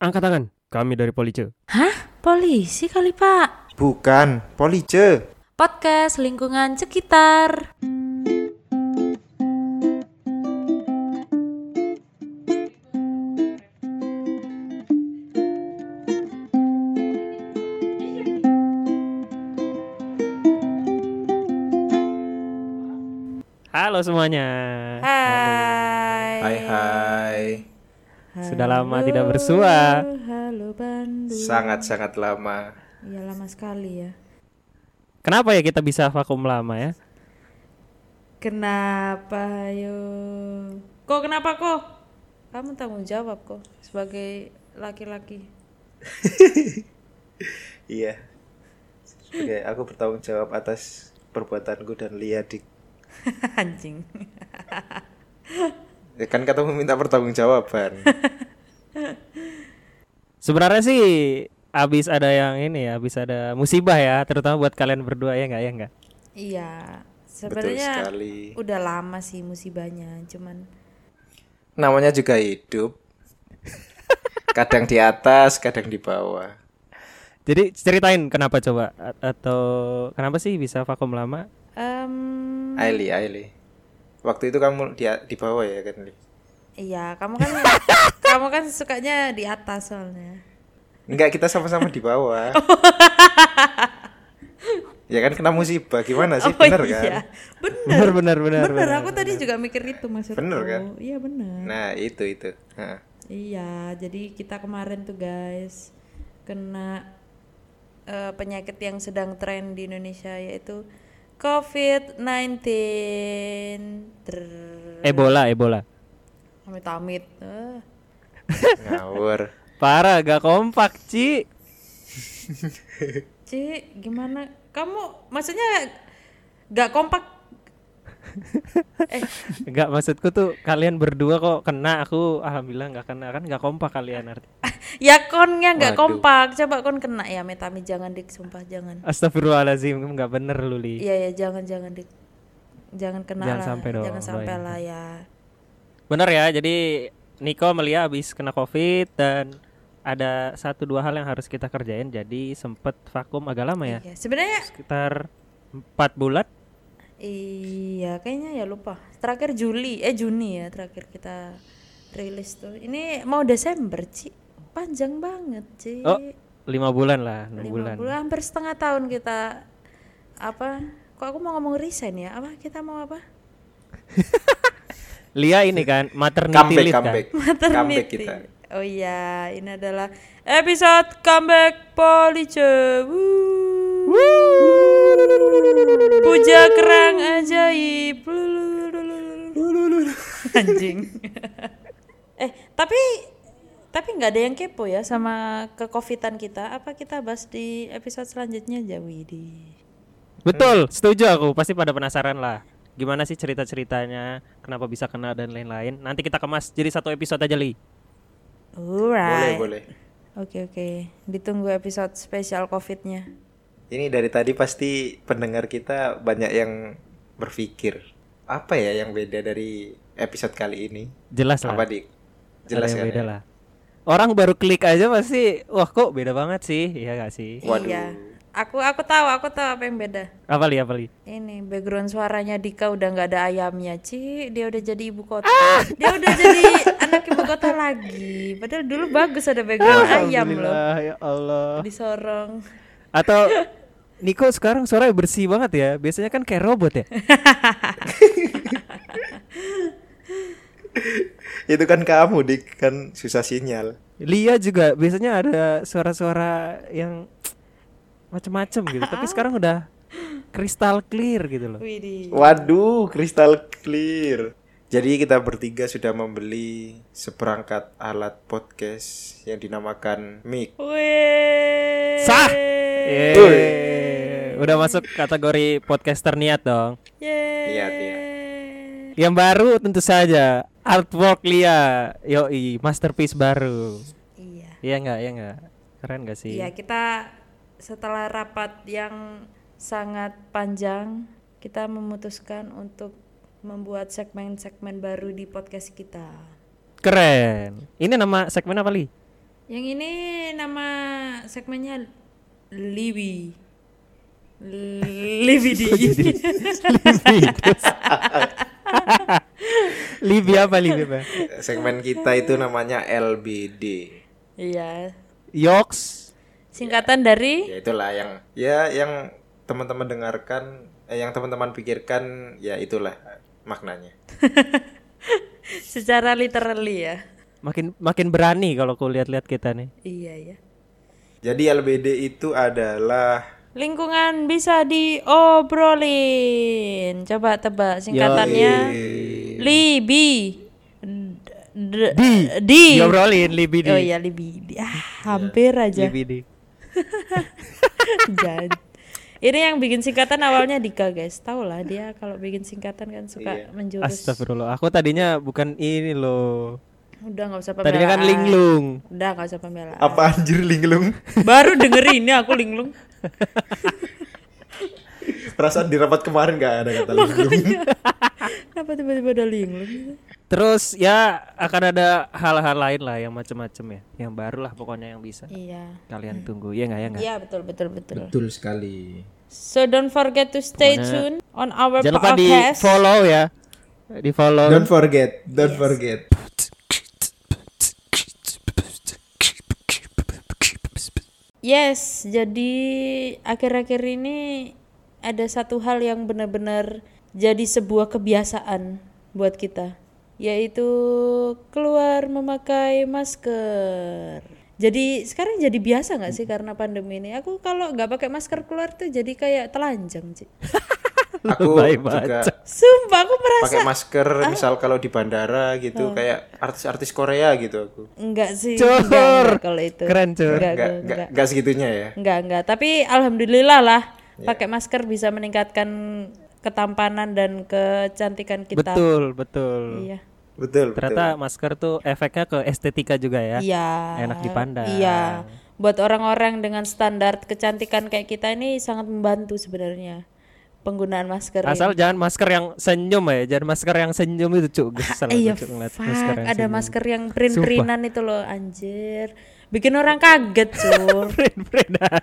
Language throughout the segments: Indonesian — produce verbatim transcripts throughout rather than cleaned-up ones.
Angkat tangan, kami dari Police. Hah? Polisi kali, Pak? Bukan, Police. Podcast lingkungan sekitar. Halo semuanya. Hai. Hai hai. Sudah lama tidak bersua. Halo Bandung. Sangat-sangat lama. Iya, lama sekali ya. Kenapa ya kita bisa vakum lama ya? Kenapa yo? Kok kenapa kok? Kamu tanggung jawab kok sebagai laki-laki. Iya. Oke, aku bertanggung jawab atas perbuatanku dan Lia dik. Anjing. Ya kan katamu minta pertanggungjawaban. Sebenarnya sih abis ada yang ini ya, abis ada musibah ya, terutama buat kalian berdua ya nggak ya nggak? Iya, Betul sebenarnya sekali. udah lama sih musibahnya, cuman Namanya juga hidup. Kadang di atas, kadang di bawah. Jadi ceritain kenapa coba A- atau kenapa sih bisa vakum lama? em, Aili, Aili. Waktu itu kamu di di bawah ya kan, Li? iya, kamu kan kamu kan sukanya di atas soalnya. Enggak, kita sama-sama di bawah. Ya kan kena musibah, gimana sih? Oh Bener iya, kan? bener, Bener, bener, bener, bener. bener, Aku tadi juga mikir itu maksudku. Bener kan? Iya bener. Nah, itu itu. Heeh. Iya, jadi kita kemarin tuh guys kena eh, penyakit yang sedang tren di Indonesia yaitu covid sembilan belas. Ebola, Ebola. Amit-amit. Eh. Ngawur. Parah, gak kompak, Ci. Ci, gimana? Kamu maksudnya gak kompak? Gak, maksudku tuh kalian berdua kok kena, aku alhamdulillah gak kena, kan gak kompak kalian arti. Ya konnya gak Waduh. kompak. Coba kon kena ya, Metami, jangan dik, sumpah jangan. Astagfirullahaladzim, gak bener lu Li. Iya ya, jangan jangan dik. Jangan kena Jangan lah. sampai dong, Jangan sampai doain. lah ya. Bener ya, jadi Niko Melia habis kena covid dan ada satu dua hal yang harus kita kerjain, jadi sempet vakum agak lama ya, Iya, sebenarnya sekitar empat bulan. iya kayaknya ya lupa. Terakhir Juli, eh Juni ya terakhir kita rilis tuh. Ini mau Desember, Ci. Panjang banget, Ci. Oh, lima bulan lah, enam Lima bulan. bulan, hampir setengah tahun kita apa? Kok aku mau ngomong resign ya? Apa kita mau apa? Lia ini kan maternity Comeback, leave kan. comeback. Comeback Maternity. kita. Oh iya, ini adalah episode comeback Police. Wuh. Puja kerang ajaib. Anjing. eh, tapi tapi nggak ada yang kepo ya sama kecovidan kita. Apa kita bahas di episode selanjutnya aja, Widi? Betul, setuju aku. Pasti pada penasaran lah. Gimana sih cerita-ceritanya, kenapa bisa kena dan lain-lain. Nanti kita kemas jadi satu episode aja, Li. Boleh, Alright. boleh. Oke oke, ditunggu episode spesial covidnya. Ini dari tadi pasti pendengar kita banyak yang berpikir, apa ya yang beda dari episode kali ini? Jelas lah. Apa, Dik? Jelas Ada yang kan beda ya? lah. Orang baru klik aja pasti, wah kok beda banget sih, iya gak sih? Waduh. Iya, aku aku tahu aku tahu apa yang beda. Apa Li, apa Li? Ini background suaranya Dika udah nggak ada ayamnya, Ci. Dia udah jadi ibu kota. Dia udah jadi anak ibu kota lagi. Padahal dulu bagus ada background ayam loh. Alhamdulillah, ya Allah. Disorong. Atau Niko sekarang suaranya bersih banget ya. Biasanya kan kayak robot ya. Itu kan kamu, Dik, kan susah sinyal. Lia juga biasanya ada suara-suara yang macem-macem gitu. Tapi sekarang udah kristal clear gitu loh. Widih. Waduh, kristal clear. Jadi kita bertiga sudah membeli seperangkat alat podcast yang dinamakan mic. Wih. Sah. Eh. Yeay. Udah masuk kategori podcaster niat dong. Yeay. Lihat ya. Yang baru tentu saja artwork Lia. Yoi, masterpiece baru. Iya. Iya enggak? Iya enggak? Keren enggak sih? Iya, kita setelah rapat yang sangat panjang, kita memutuskan untuk membuat segmen-segmen baru di podcast kita. Keren. Ini nama segmen apa Li? Yang ini nama segmennya Libi. Libidi. Libi apa Libi apa? Segmen kita itu namanya L B D. Iya. Yoks. Singkatan dari Ya itulah yang ya yang teman-teman dengarkan, eh, yang teman-teman pikirkan, ya itulah maknanya. secara literally ya. Makin makin berani kalau aku lihat-lihat kita nih. Iya ya. Jadi L B D itu adalah Lingkungan bisa diobrolin. Coba tebak singkatannya. Libi. D- Di. di. Diobrolin Libi di. Oh iya Libi. Ah, hampir aja. Libi di. Jangan. Ini yang bikin singkatan awalnya Dika guys. Tahu lah dia kalau bikin singkatan kan suka Iya. menjurus. Astagfirullah. Aku tadinya bukan ini loh. Udah nggak usah pembelaan. Tadinya kan linglung. Udah nggak usah pembelaan. apa anjir linglung? Baru denger ini aku linglung. Perasaan di rapat kemarin gak ada kata linglung. Kenapa tiba-tiba ada linglung? Terus ya akan ada hal-hal lain lah yang macam-macam ya, yang baru lah pokoknya yang bisa Iya. kalian tunggu. Iya nggak ya nggak? Iya betul betul betul. Betul sekali. So don't forget to stay Pokoknya- tune on our Jangan lupa di podcast. follow ya, di follow. Don't forget, don't forget. Yes, jadi akhir-akhir ini ada satu hal yang benar-benar jadi sebuah kebiasaan buat kita, yaitu keluar memakai masker. Jadi sekarang jadi biasa nggak sih karena pandemi ini? Aku kalau nggak pakai masker keluar tuh jadi kayak telanjang, Ci. Aku Lebay juga banget. Sumpah aku merasa pakai masker misal kalau di bandara gitu, kayak artis-artis Korea gitu aku. enggak sih, Cur. enggak, enggak kalau itu. Keren, Cur. Enggak, Enggak enggak, enggak enggak. enggak segitunya ya. Enggak, enggak. Tapi alhamdulillah lah pakai masker bisa meningkatkan ketampanan dan kecantikan kita. Betul betul. Iya. Betul, betul. Ternyata masker tuh efeknya ke estetika juga ya. Iya. Enak dipandang. Iya. Buat orang-orang dengan standar kecantikan kayak kita ini sangat membantu sebenarnya penggunaan masker Asal ini. jangan masker yang senyum ya, jangan masker yang senyum itu cuk. Kesel Ah, iya, aku, Cuk, ngeliat fuck. masker yang Ada senyum. masker yang print-printan itu loh, anjir. Bikin orang kaget, Cur. Print-printan.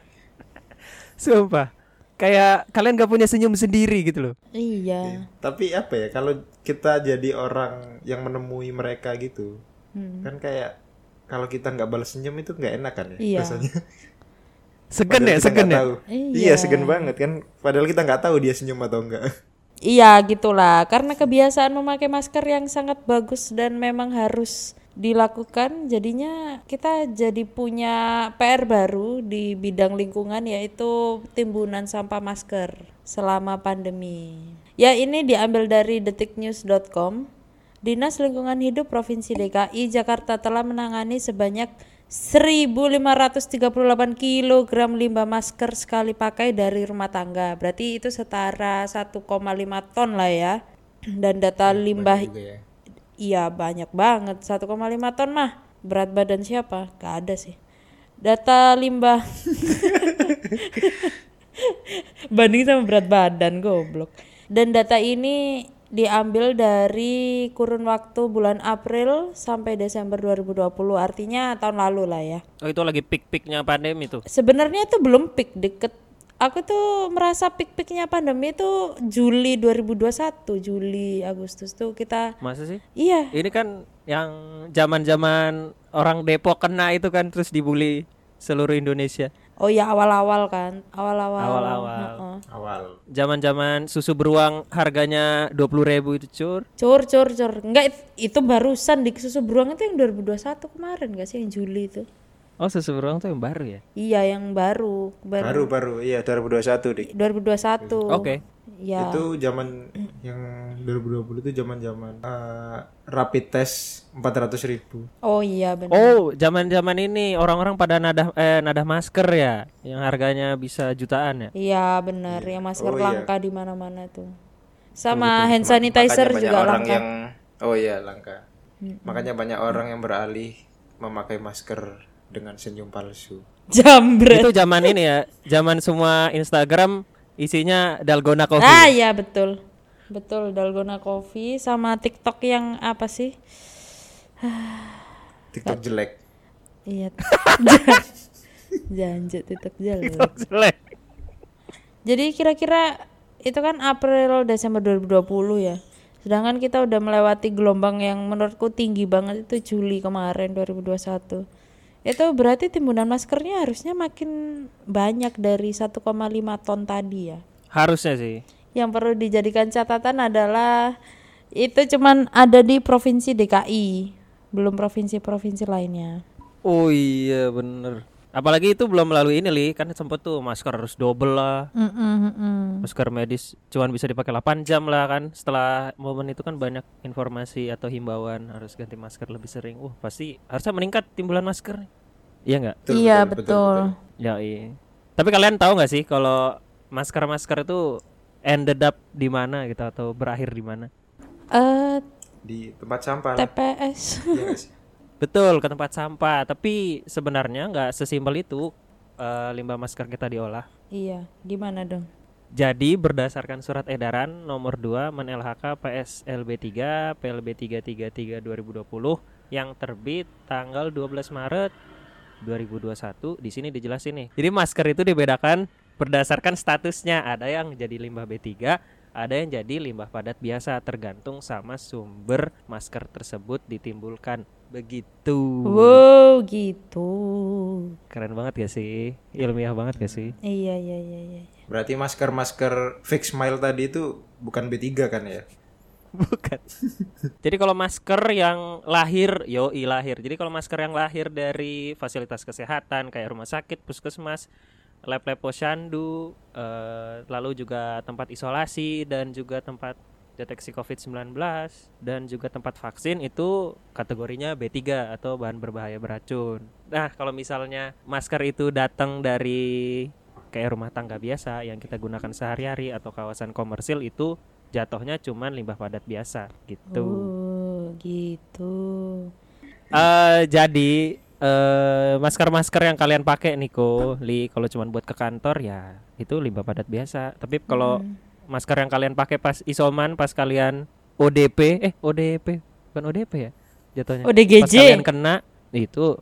Sumpah. Kayak kalian gak punya senyum sendiri gitu loh. Iya. Tapi apa ya, kalau kita jadi orang yang menemui mereka gitu, Hmm. kan kayak kalau kita nggak balas senyum itu nggak enak kan ya Iya. rasanya. Segen Padahal ya, kita segen nggak ya. tahu. Iya. Iya, segen banget kan. Padahal kita nggak tahu dia senyum atau enggak. Iya gitulah, karena kebiasaan memakai masker yang sangat bagus dan memang harus dilakukan, jadinya kita jadi punya P R baru di bidang lingkungan, yaitu timbunan sampah masker selama pandemi. Ya ini diambil dari detiknews dot com. Dinas Lingkungan Hidup Provinsi D K I Jakarta telah menangani sebanyak seribu lima ratus tiga puluh delapan kilogram limbah masker sekali pakai dari rumah tangga. Berarti itu setara satu koma lima ton lah ya. Dan data limbah Juga ya. iya banyak banget. satu koma lima ton mah berat badan siapa? Gak ada sih. Data limbah banding sama berat badan, goblok. Dan data ini diambil dari kurun waktu bulan April sampai Desember dua ribu dua puluh, artinya tahun lalu lah ya. Oh itu lagi pik-piknya pandemi tuh. Sebenarnya itu belum peak, deket. Aku tuh merasa peak-peaknya pandemi itu Juli dua ribu dua puluh satu, Juli Agustus tuh kita. Masa sih? Iya. Ini kan yang zaman-zaman orang Depok kena itu kan terus dibully seluruh Indonesia. Oh ya awal-awal kan, awal-awal. Awal-awal. Heeh. Awal. Zaman-zaman susu beruang harganya dua puluh ribu itu cur. Cur, cur, cur. Enggak, it- itu barusan di susu beruang itu yang dua ribu dua puluh satu kemarin gak sih, yang Juli itu? Oh susu beruang tuh yang baru ya? Iya, yang baru. Baru. Baru baru iya dua ribu dua puluh satu Dik. dua ribu dua puluh satu. Oke. Ya. Itu zaman yang dua ribu dua puluh itu zaman-zaman eh, rapid test empat ratus ribu. Oh iya benar. Oh zaman-zaman ini orang-orang pada nadah eh nadah masker ya, yang harganya bisa jutaan ya. Iya benar, yang masker Oh, iya. langka di mana-mana tuh. Sama hand sanitizer Makanya juga banyak orang langka. yang oh iya langka. Makanya banyak orang yang beralih memakai masker dengan senyum palsu. Jambret. Itu zaman ini ya, zaman semua Instagram isinya dalgona coffee. Ah iya betul. Betul, Dalgona Coffee sama TikTok yang apa sih? TikTok jelek. Iya. Janjut titik jelek. Jelek. Jadi kira-kira itu kan April Desember dua ribu dua puluh ya. Sedangkan kita udah melewati gelombang yang menurutku tinggi banget itu Juli kemarin dua ribu dua puluh satu. Itu berarti timbunan maskernya harusnya makin banyak dari satu koma lima ton tadi ya. Harusnya sih. Yang perlu dijadikan catatan adalah itu cuman ada di provinsi D K I, belum provinsi-provinsi lainnya. Oh iya bener. Apalagi itu belum melalui ini li, kan sempet tuh masker harus double lah. Mm-mm-mm. Masker medis cuman bisa dipakai delapan jam lah kan. Setelah momen itu kan banyak informasi atau himbauan harus ganti masker lebih sering. Wah pasti harusnya meningkat timbulan masker. Iya nggak? Betul, Iya betul, betul. betul, betul. Ya iya. Tapi kalian tahu nggak sih kalau masker-masker itu ended up di mana gitu atau berakhir di mana? Eh Di tempat sampah T lah. P S. Iya nggak sih? Betul, ke tempat sampah. Tapi sebenarnya nggak sesimpel itu uh, limbah masker kita diolah. Iya, gimana dong? Jadi berdasarkan surat edaran nomor dua Men L H K P S L B tiga P L B tiga tiga tiga dua ribu dua puluh yang terbit tanggal dua belas Maret dua ribu dua puluh satu, di sini dijelasin nih. Jadi masker itu dibedakan berdasarkan statusnya. Ada yang jadi limbah B tiga, ada yang jadi limbah padat biasa, tergantung sama sumber masker tersebut ditimbulkan. Begitu. Wow, gitu. Keren banget gak sih? Ilmiah banget gak sih? Iya, iya, iya, iya. Berarti masker-masker fake smile tadi itu bukan B tiga kan ya? Bukan. Jadi kalau masker yang lahir, yoi lahir. Jadi kalau masker yang lahir dari fasilitas kesehatan kayak rumah sakit, puskesmas, lab-lab posyandu, eh, lalu juga tempat isolasi dan juga tempat deteksi covid sembilan belas dan juga tempat vaksin itu kategorinya B tiga atau bahan berbahaya beracun. Nah, kalau misalnya masker itu datang dari kayak rumah tangga biasa yang kita gunakan sehari-hari atau kawasan komersil itu jatuhnya cuman limbah padat biasa gitu. Oh, gitu. Uh, jadi uh, masker-masker yang kalian pakai Niko, Li, kalau cuman buat ke kantor ya itu limbah padat biasa. Tapi kalau hmm. masker yang kalian pakai pas isoman, pas kalian O D P, eh O D P, bukan O D P ya jatuhnya. O D G J. Pas kalian kena itu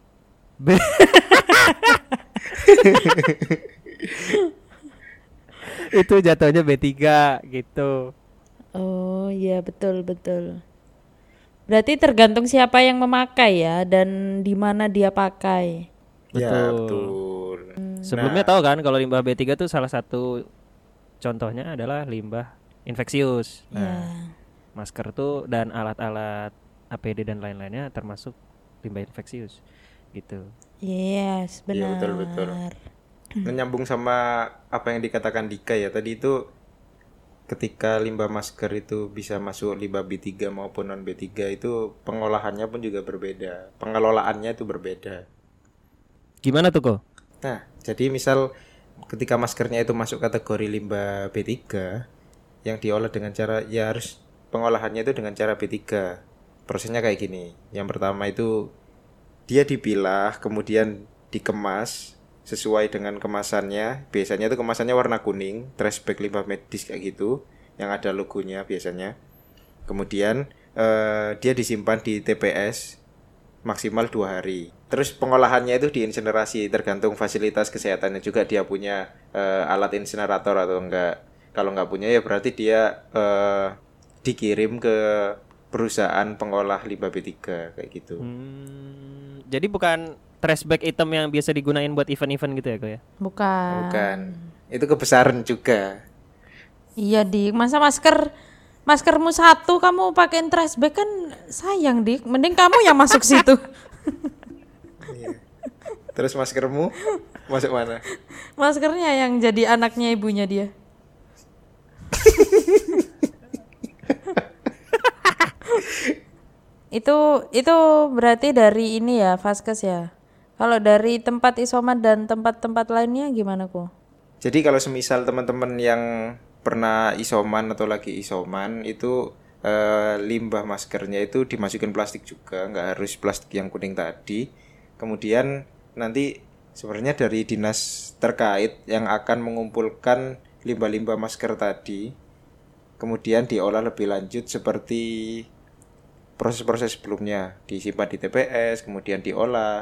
itu jatuhnya B tiga gitu. Oh iya betul betul. Berarti tergantung siapa yang memakai ya dan di mana dia pakai. Ya betul. Hmm. Sebelumnya nah. tahu kan kalau limbah B tiga tuh salah satu contohnya adalah limbah infeksius. Nah, yeah. masker tuh dan alat-alat A P D dan lain-lainnya termasuk limbah infeksius gitu. Yes, benar. Iya betul betul. Menyambung sama apa yang dikatakan Dika ya tadi itu, ketika limbah masker itu bisa masuk limbah B tiga maupun non B tiga itu pengolahannya pun juga berbeda, pengelolaannya itu berbeda. Gimana tuh kok? Nah, jadi misal ketika maskernya itu masuk kategori limbah B tiga yang diolah dengan cara ya harus pengolahannya itu dengan cara B tiga. Prosesnya kayak gini. Yang pertama itu dia dipilah kemudian dikemas sesuai dengan kemasannya. Biasanya itu kemasannya warna kuning, trash bag limbah medis kayak gitu, yang ada logonya biasanya. Kemudian eh, dia disimpan di T P S maksimal dua hari. Terus pengolahannya itu diinsinerasi, tergantung fasilitas kesehatannya juga dia punya eh, alat insinerator atau enggak. Kalau enggak punya ya berarti dia eh, dikirim ke perusahaan pengolah limbah B tiga kayak gitu. Hmm, jadi bukan trash bag item yang biasa digunain buat event-event gitu ya kok ya? Bukan. Bukan. Itu kebesaran juga. Iya Dik, masa masker maskermu satu kamu pakein trash bag kan sayang Dik. Mending kamu yang masuk situ. Iya. Terus maskermu masuk mana? Maskernya yang jadi anaknya ibunya dia. Itu itu berarti dari ini ya, Vaskes ya. Kalau dari tempat isoman dan tempat-tempat lainnya gimana kok? Jadi kalau semisal teman-teman yang pernah isoman atau lagi isoman itu eh, limbah maskernya itu dimasukin plastik juga, nggak harus plastik yang kuning tadi. Kemudian nanti sebenarnya dari dinas terkait yang akan mengumpulkan limbah-limbah masker tadi, kemudian diolah lebih lanjut seperti proses-proses sebelumnya, disimpan di T P S, kemudian diolah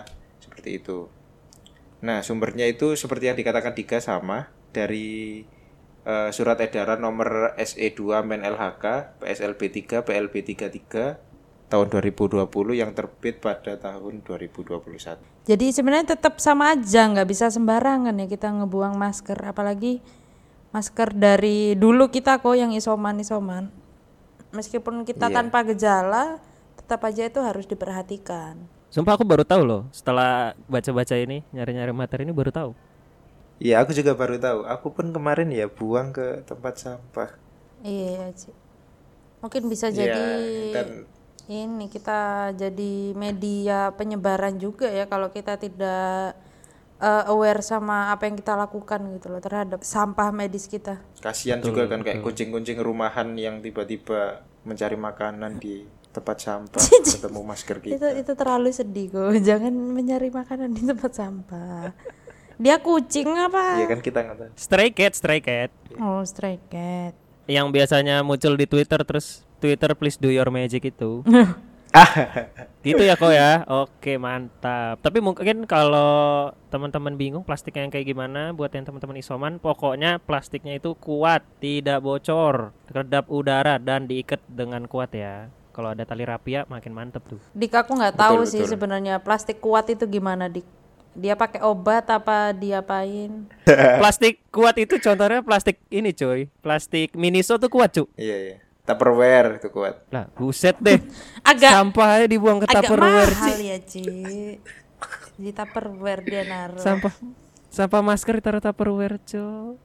Seperti itu. Nah, sumbernya itu seperti yang dikatakan Dika sama dari uh, surat edaran nomor S E dua Men L H K P S L B tiga P L B tiga puluh tiga tahun dua ribu dua puluh yang terbit pada tahun dua ribu dua puluh satu. Jadi sebenarnya tetap sama aja, nggak bisa sembarangan ya kita ngebuang masker, apalagi masker dari dulu kita kok yang isoman-isoman. Meskipun kita Iya. tanpa gejala, tetap aja itu harus diperhatikan. Sumpah aku baru tahu loh setelah baca-baca ini, nyari-nyari materi ini baru tahu. Iya, aku juga baru tahu. Aku pun kemarin ya buang ke tempat sampah. Iya sih. Mungkin bisa Iya, jadi dan ini kita jadi media penyebaran juga ya kalau kita tidak uh, aware sama apa yang kita lakukan gitu loh terhadap sampah medis kita. kasihan juga kan kayak kucing-kucing rumahan yang tiba-tiba mencari makanan di tempat sampah ketemu masker kita. Itu itu terlalu sedih kok. Jangan mencari makanan di tempat sampah. Dia kucing apa? Iya kan kita nggak tahu. Stray cat, stray cat. Oh, stray cat. Yang biasanya muncul di Twitter terus Twitter please do your magic itu. Gitu ya kok ya. Oke, mantap. Tapi mungkin kalau teman-teman bingung plastiknya yang kayak gimana, buat yang teman-teman isoman, pokoknya plastiknya itu kuat, tidak bocor, kedap udara dan diikat dengan kuat ya. Kalau ada tali rapia makin mantep tuh. Dik, aku nggak tahu Betul, sih betul. sebenarnya plastik kuat itu gimana, Dik. Dia pakai obat apa diapain? Plastik kuat itu contohnya plastik ini coy. Plastik Miniso tuh kuat cu. Iya iya. Tupperware itu kuat. Lah buset deh. Agak Sampah aja dibuang ke agak Tupperware mahal Ci. ya, Ci. Di Tupperware dia naruh. Sampah sampah masker ditaruh Tupperware cu.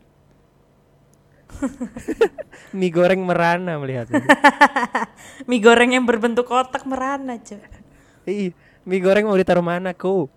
Mie goreng merana melihatnya. Mie goreng yang berbentuk kotak merana, Ci. Ih, mie goreng mau ditaruh mana ku?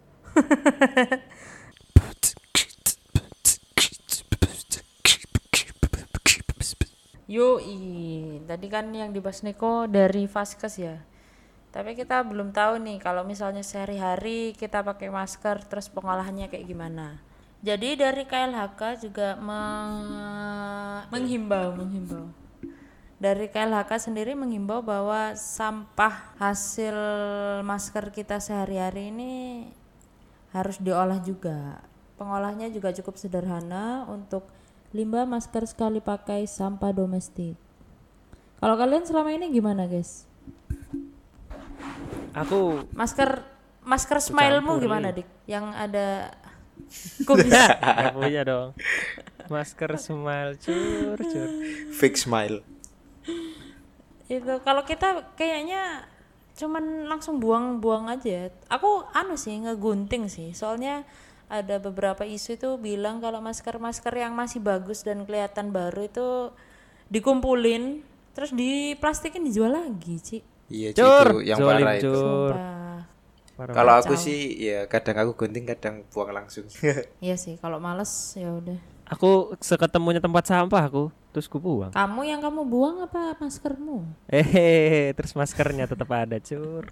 Yoi, tadi kan yang dibahas Niko dari Vaskes ya. Tapi kita belum tahu nih kalau misalnya sehari-hari kita pakai masker terus pengolahannya kayak gimana. Jadi dari K L H K juga meng- menghimbau, menghimbau. Dari K L H K sendiri menghimbau bahwa sampah hasil masker kita sehari-hari ini harus diolah juga. Pengolahnya juga cukup sederhana untuk limbah masker sekali pakai sampah domestik. Kalau kalian selama ini gimana, guys? Aku Masker masker smilemu campur, gimana, Li. Dik? Yang ada kok bisa? nggak punya dong. Masker smile cur cur. Fake smile. Itu kalau kita kayaknya cuman langsung buang-buang aja. Aku anu sih ngegunting sih. Soalnya ada beberapa isu itu bilang kalau masker-masker yang masih bagus dan kelihatan baru itu dikumpulin terus diplastikin dijual lagi, Ci. Iya Ci, Cur, itu yang zolim, parah itu. cur. Sumpah. Kalau aku sih ya kadang aku gunting kadang buang langsung. Iya sih, kalau males ya udah. Aku seketemunya tempat sampah aku, terus ku buang. Kamu yang kamu buang apa maskermu? Eh, terus maskernya tetap ada, cur.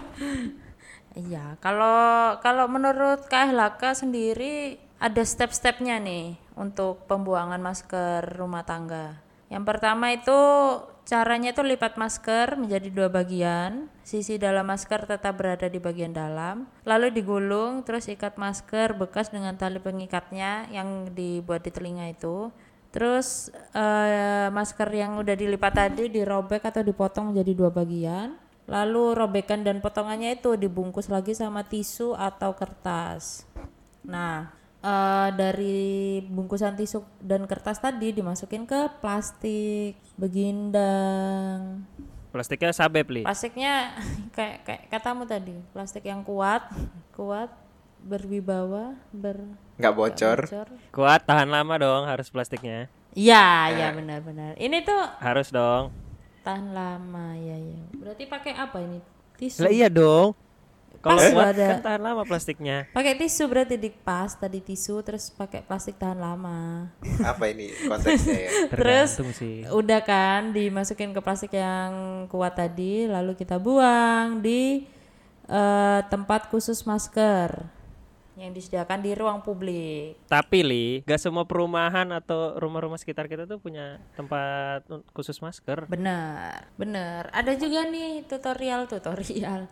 Iya, kalau kalau menurut K L H K sendiri ada step-stepnya nih untuk pembuangan masker rumah tangga. Yang pertama itu caranya itu lipat masker menjadi dua bagian. Sisi dalam masker tetap berada di bagian dalam. Lalu digulung, terus ikat masker bekas dengan tali pengikatnya yang dibuat di telinga itu. Terus eh, masker yang udah dilipat tadi dirobek atau dipotong menjadi dua bagian. Lalu robekan dan potongannya itu dibungkus lagi sama tisu atau kertas. Nah, uh, dari bungkusan tisu dan kertas tadi dimasukin ke plastik begindang. Plastiknya sabep, Li. Plastiknya kayak kayak katamu tadi, plastik yang kuat, kuat, berwibawa, ber Nggak bocor. bocor. Kuat, tahan lama dong harus plastiknya. Iya, iya benar-benar. Ini tuh Harus dong. tahan lama, ya ya. Berarti pakai apa ini? Tisu. Lah iya dong. Kalau Pas kuat ada. kan tahan lama plastiknya. Pakai tisu berarti dipas tadi tisu terus pakai plastik tahan lama. Apa ini konteksnya ya? Terus Tergantung sih. udah kan dimasukin ke plastik yang kuat tadi lalu kita buang di eh, tempat khusus masker yang disediakan di ruang publik. Tapi Li, gak semua perumahan atau rumah-rumah sekitar kita tuh punya tempat khusus masker. Bener, bener. Ada juga nih tutorial-tutorial.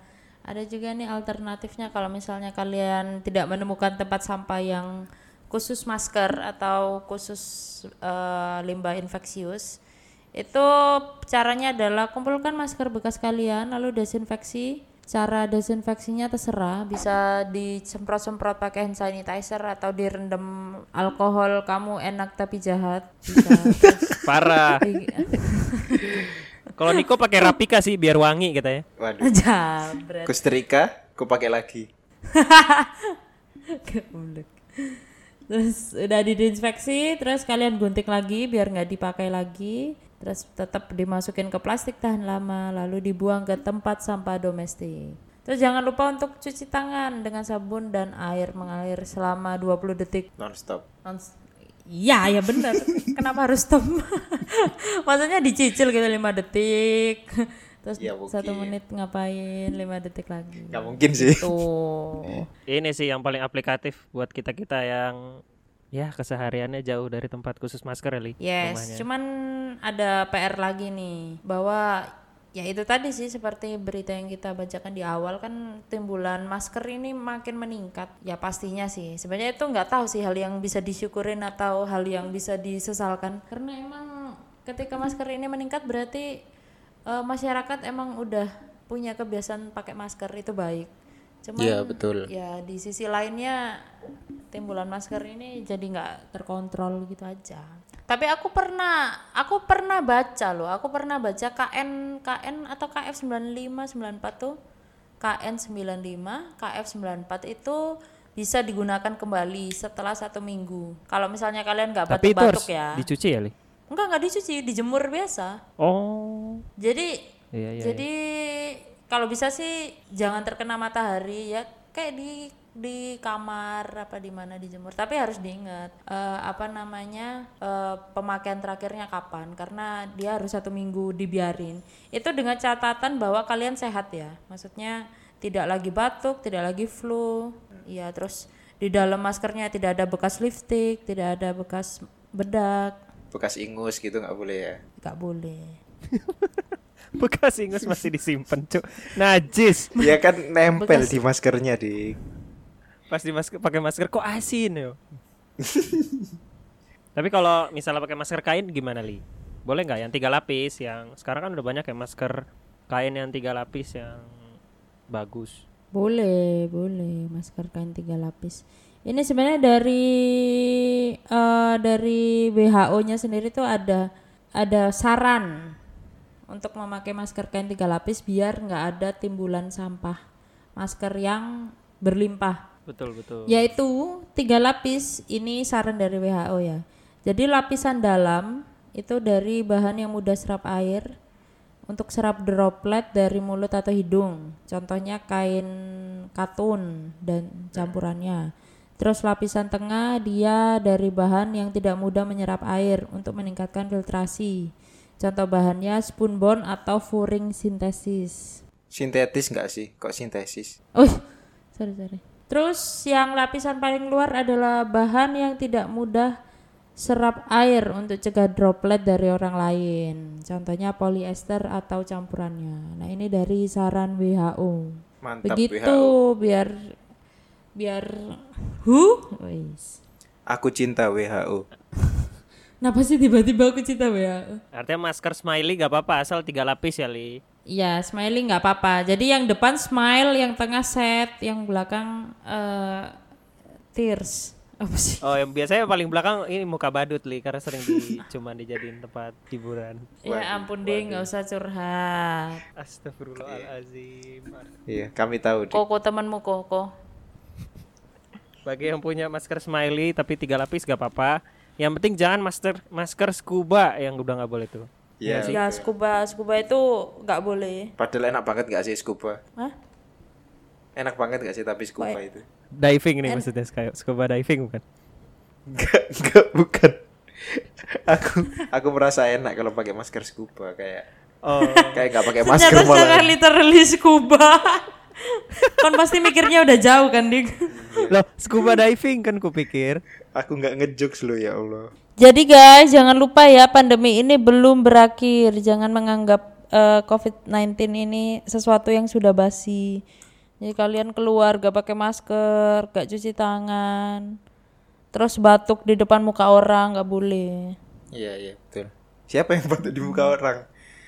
Ada juga nih alternatifnya kalau misalnya kalian tidak menemukan tempat sampah yang khusus masker atau khusus uh, limbah infeksius. Itu caranya adalah kumpulkan masker bekas kalian lalu desinfeksi. Cara desinfeksinya terserah, bisa disemprot-semprot pakai hand sanitizer atau direndam alkohol kamu enak tapi jahat. Bisa. Parah. Kalau Niko pakai Rapika sih biar wangi katanya. Waduh. Jabret. Kusterika, aku pakai lagi. Terus udah didesinfeksi, terus kalian gunting lagi biar nggak dipakai lagi. Terus tetap dimasukin ke plastik tahan lama, lalu dibuang ke tempat sampah domestik. Terus jangan lupa untuk cuci tangan dengan sabun dan air mengalir selama dua puluh detik. Non-stop. Non Iya, ya benar. Kenapa harus stop? Maksudnya dicicil gitu lima detik. Terus ya, satu menit ngapain, lima detik lagi. Gak mungkin sih. Tuh. Ini sih yang paling aplikatif buat kita-kita yang ya kesehariannya jauh dari tempat khusus masker ya, Li. Yes, rumahnya. Cuman ada P R lagi nih, bahwa ya itu tadi sih seperti berita yang kita bacakan di awal kan timbulan masker ini makin meningkat. Ya pastinya sih. Sebenarnya itu nggak tahu sih hal yang bisa disyukurin atau hal yang bisa disesalkan. Karena emang ketika masker ini meningkat berarti uh, masyarakat emang udah punya kebiasaan pakai masker, itu baik. Cuman ya, betul. Ya di sisi lainnya timbulan masker ini jadi nggak terkontrol gitu aja. Tapi aku pernah, aku pernah baca loh, aku pernah baca K N K N atau K F sembilan lima sembilan empat tuh, K N sembilan lima, K F sembilan empat itu bisa digunakan kembali setelah satu minggu. Kalau misalnya kalian nggak Tapi batuk-batuk itu harus ya. dicuci ya, Li? Enggak, nggak dicuci, dijemur biasa. Oh. Jadi, iya, iya, jadi iya. Kalau bisa sih jangan terkena matahari ya, kayak di di kamar apa di mana dijemur. Tapi harus diingat uh, apa namanya uh, pemakaian terakhirnya kapan, karena dia harus satu minggu dibiarin. Itu dengan catatan bahwa kalian sehat ya, maksudnya tidak lagi batuk, tidak lagi flu. Iya, terus di dalam maskernya tidak ada bekas lipstick, tidak ada bekas bedak, bekas ingus gitu nggak boleh ya? Nggak boleh. Bekas ingus masih disimpan, Cuk. Najis. Ya kan nempel Bekas... di maskernya, Dik. Pas di masker pakai masker kok asin yo. Tapi kalau misalnya pakai masker kain gimana, Li? Boleh nggak yang tiga lapis? Yang sekarang kan udah banyak ya masker kain yang tiga lapis yang bagus. Boleh, boleh masker kain tiga lapis. Ini sebenarnya dari uh, dari W H O-nya sendiri tuh ada ada saran untuk memakai masker kain tiga lapis biar nggak ada timbulan sampah masker yang berlimpah. Betul betul. Yaitu tiga lapis, ini saran dari W H O ya. Jadi lapisan dalam itu dari bahan yang mudah serap air untuk serap droplet dari mulut atau hidung. Contohnya kain katun dan campurannya. Terus lapisan tengah dia dari bahan yang tidak mudah menyerap air untuk meningkatkan filtrasi. Contoh bahannya spunbond atau furing sintesis. Sintetis nggak sih? Kok sintesis? Oh, sorry sorry. Terus yang lapisan paling luar adalah bahan yang tidak mudah serap air untuk cegah droplet dari orang lain. Contohnya polyester atau campurannya. Nah ini dari saran W H O. Mantap. Begitu W H O. biar biar hu. Wis. Aku cinta W H O. Kenapa sih tiba-tiba aku cinta W H O? Artinya masker smiley gak apa-apa asal tiga lapis ya, Li. Iya, smiley nggak apa-apa. Jadi yang depan smile, yang tengah set, yang belakang uh, tears. Apa sih? Oh, yang biasanya paling belakang ini muka badut, Li, karena sering di cuma dijadiin tempat hiburan. Ya ampun deh, nggak usah curhat. Astagfirullahalazim. Iya, kami tahu. Dik. Koko temanmu Koko. Bagi yang punya masker smiley tapi tiga lapis gak apa-apa. Yang penting jangan masker masker scuba yang udah nggak boleh tuh. Iya. Ya scuba scuba itu nggak boleh. Padahal enak banget nggak sih scuba? Hah? Enak banget nggak sih tapi scuba Kok, itu? Diving nih en- maksudnya kayak scuba diving bukan? Enggak, enggak bukan. aku aku merasa enak kalau pakai masker scuba kayak oh kayak nggak pakai masker malah. Jangan malah. literally scuba. Kan pasti mikirnya udah jauh kan, Dik. Loh, scuba diving kan kupikir. Aku nggak ngejokes lo ya Allah. Jadi guys, jangan lupa ya, pandemi ini belum berakhir. Jangan menganggap uh, covid sembilan belas ini sesuatu yang sudah basi. Jadi kalian keluar gak pakai masker, gak cuci tangan, terus batuk di depan muka orang gak boleh. Iya iya betul. Siapa yang batuk di muka orang?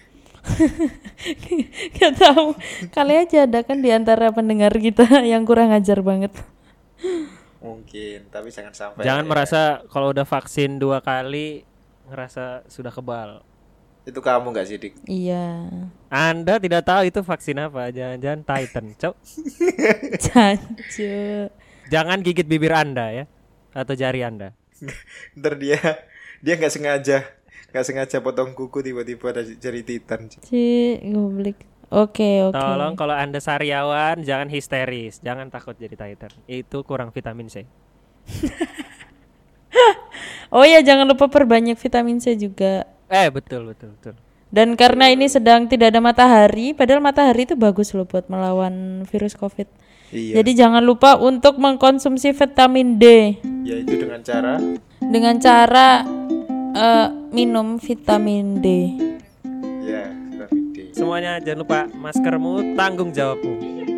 Gak tahu. Kali aja ada kan di antara pendengar kita yang kurang ajar banget. Mungkin, tapi jangan sampai. Jangan ya. merasa kalau udah vaksin dua kali ngerasa sudah kebal. Itu kamu gak sih, Dik? Iya. Anda tidak tahu itu vaksin apa? Jangan-jangan Titan, cok. Cancuk. Jangan gigit bibir Anda ya, atau jari Anda. Ntar dia dia nggak sengaja nggak sengaja potong kuku tiba-tiba ada jari Titan. Cik, goblok. Oke, oke. Tolong kalau Anda sariawan jangan histeris, jangan takut jadi Titan. Itu kurang vitamin C. Oh ya, jangan lupa perbanyak vitamin C juga. Eh, betul betul betul. Dan karena ini sedang tidak ada matahari, padahal matahari itu bagus loh buat melawan virus Covid. Iya. Jadi jangan lupa untuk mengkonsumsi vitamin D Yaitu dengan cara dengan cara eh, minum vitamin D. ya vitamin D. Semuanya jangan lupa maskermu tanggung jawabmu.